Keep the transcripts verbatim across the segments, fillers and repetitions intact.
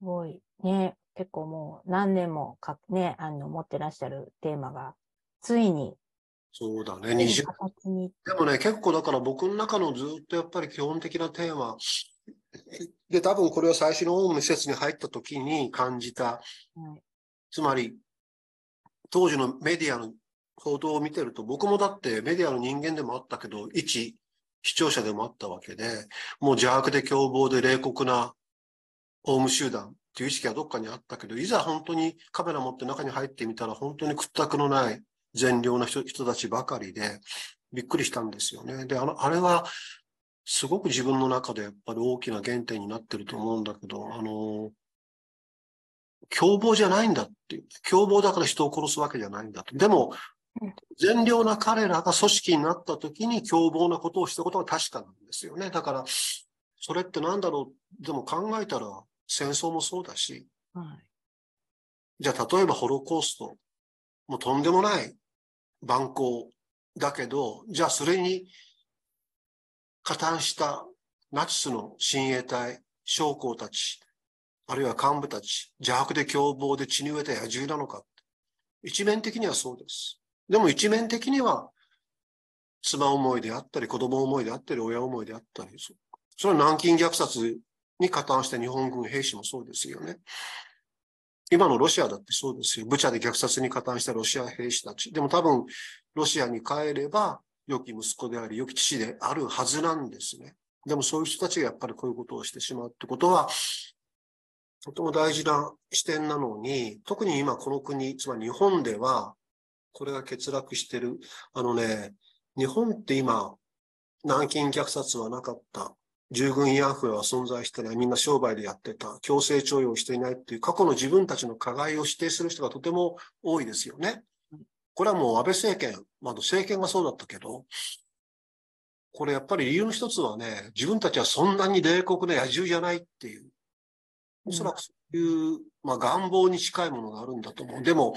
ごい。ね、結構もう何年もか、ね、あの、持ってらっしゃるテーマが、ついに、 そうだね、 ついににじゅう。 形に。 でもね、結構だから僕の中のずっとやっぱり基本的なテーマ、で、多分これは最初のオウムの施設に入った時に感じた、 はい、 つまり、当時のメディアの報道を見てると、僕もだってメディアの人間でもあったけど、一視聴者でもあったわけで、もう邪悪で凶暴で冷酷なオウム集団っていう意識はどっかにあったけど、いざ本当にカメラ持って中に入ってみたら、本当に屈託のない善良な人人たちばかりで、びっくりしたんですよね。で、あの、あれは、すごく自分の中でやっぱり大きな原点になってると思うんだけど、あの、凶暴じゃないんだっていう。凶暴だから人を殺すわけじゃないんだと。でも、善良な彼らが組織になった時に凶暴なことをしたことは確かなんですよね。だから、それってなんだろう。でも考えたら戦争もそうだし、 はい、 じゃあ例えばホロコースト、もうとんでもない蛮行だけど、じゃあそれに加担したナチスの親衛隊、将校たち、あるいは幹部たち、邪悪で凶暴で血に飢えた野獣なのか。一面的にはそうです。でも一面的には妻思いであったり、子供思いであったり、親思いであったり、それは南京虐殺に加担した日本軍兵士もそうですよね。今のロシアだってそうですよ。ブチャで虐殺に加担したロシア兵士たち。でも多分、ロシアに帰れば、良き息子であり、良き父であるはずなんですね。でもそういう人たちがやっぱりこういうことをしてしまうってことは、とても大事な視点なのに、特に今この国、つまり日本では、これが欠落してる。あのね、日本って今、南京虐殺はなかった。従軍慰安婦は存在してない。みんな商売でやってた。強制徴用していないっていう過去の自分たちの加害を指定する人がとても多いですよね。これはもう安倍政権、まあ、政権がそうだったけど、これやっぱり理由の一つはね、自分たちはそんなに冷酷な野獣じゃないっていう、おそらくそういう、まあ、願望に近いものがあるんだと思う。でも、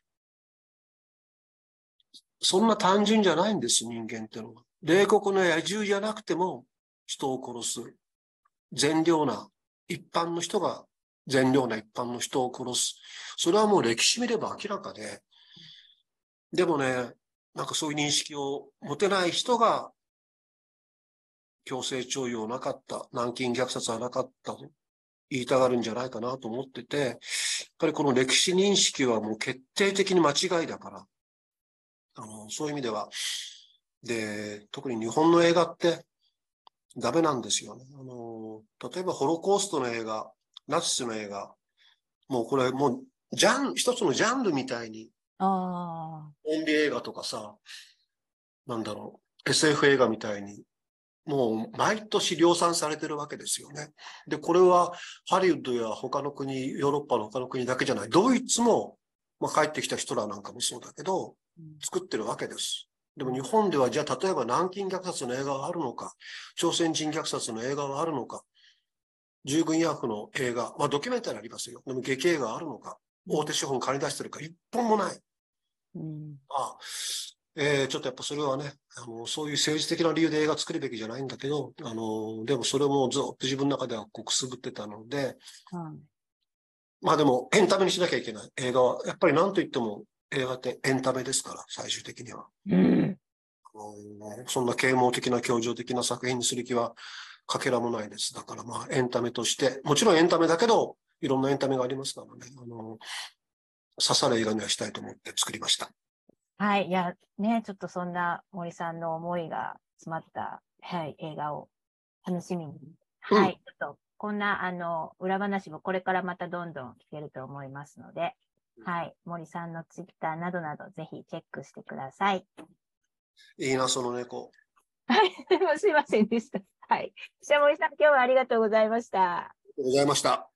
そんな単純じゃないんです、人間ってのは。冷酷な野獣じゃなくても人を殺す。善良な一般の人が善良な一般の人を殺す。それはもう歴史見れば明らかで。でもね、なんかそういう認識を持てない人が強制徴用なかった、南京虐殺はなかったと言いたがるんじゃないかなと思ってて、やっぱりこの歴史認識はもう決定的に間違いだから、あの、そういう意味では、で、特に日本の映画ってダメなんですよね。あの、例えばホロコーストの映画、ナチスの映画、もうこれもう、ジャン、一つのジャンルみたいに、 ああ、 ゾンビ映画とかさ、なんだろう、エスエフ 映画みたいに、もう毎年量産されてるわけですよね。で、これはハリウッドや他の国、ヨーロッパの他の国だけじゃない。ドイツも、まあ、帰ってきた人らなんかもそうだけど、作ってるわけです。でも日本ではじゃあ例えば南京虐殺の映画はあるのか、朝鮮人虐殺の映画はあるのか、従軍慰安婦の映画、まあドキュメンタリーありますよ。でも劇映画あるのか、大手資本借り出してるか、一本もない。 うん、 ああ、えー、ちょっとやっぱそれはね、あの、そういう政治的な理由で映画作るべきじゃないんだけど、あの、でもそれもずっと自分の中ではこうくすぶってたので、 はい、 まあでもエンタメにしなきゃいけない映画は、やっぱり何と言っても映画ってエンタメですから、最終的には。 うん、 あのそんな啓蒙的な教条的な作品にする気はかけらもないです。だからまあエンタメとして、もちろんエンタメだけど、いろんなエンタメがありますからね、あの、刺さる映画にはしたいと思って作りました。 はい。いや、ね、ちょっとそんな森さんの思いが詰まった、はい、映画を楽しみに。 うん。 はい。ちょっと、こんな、あの、裏話もこれからまたどんどん聞けると思いますので、はい。森さんのツイッターなどなど、ぜひチェックしてください。 いいな、その猫。 はい。すいませんでした。はい。じゃあ森さん、今日はありがとうございました。 ありがとうございました。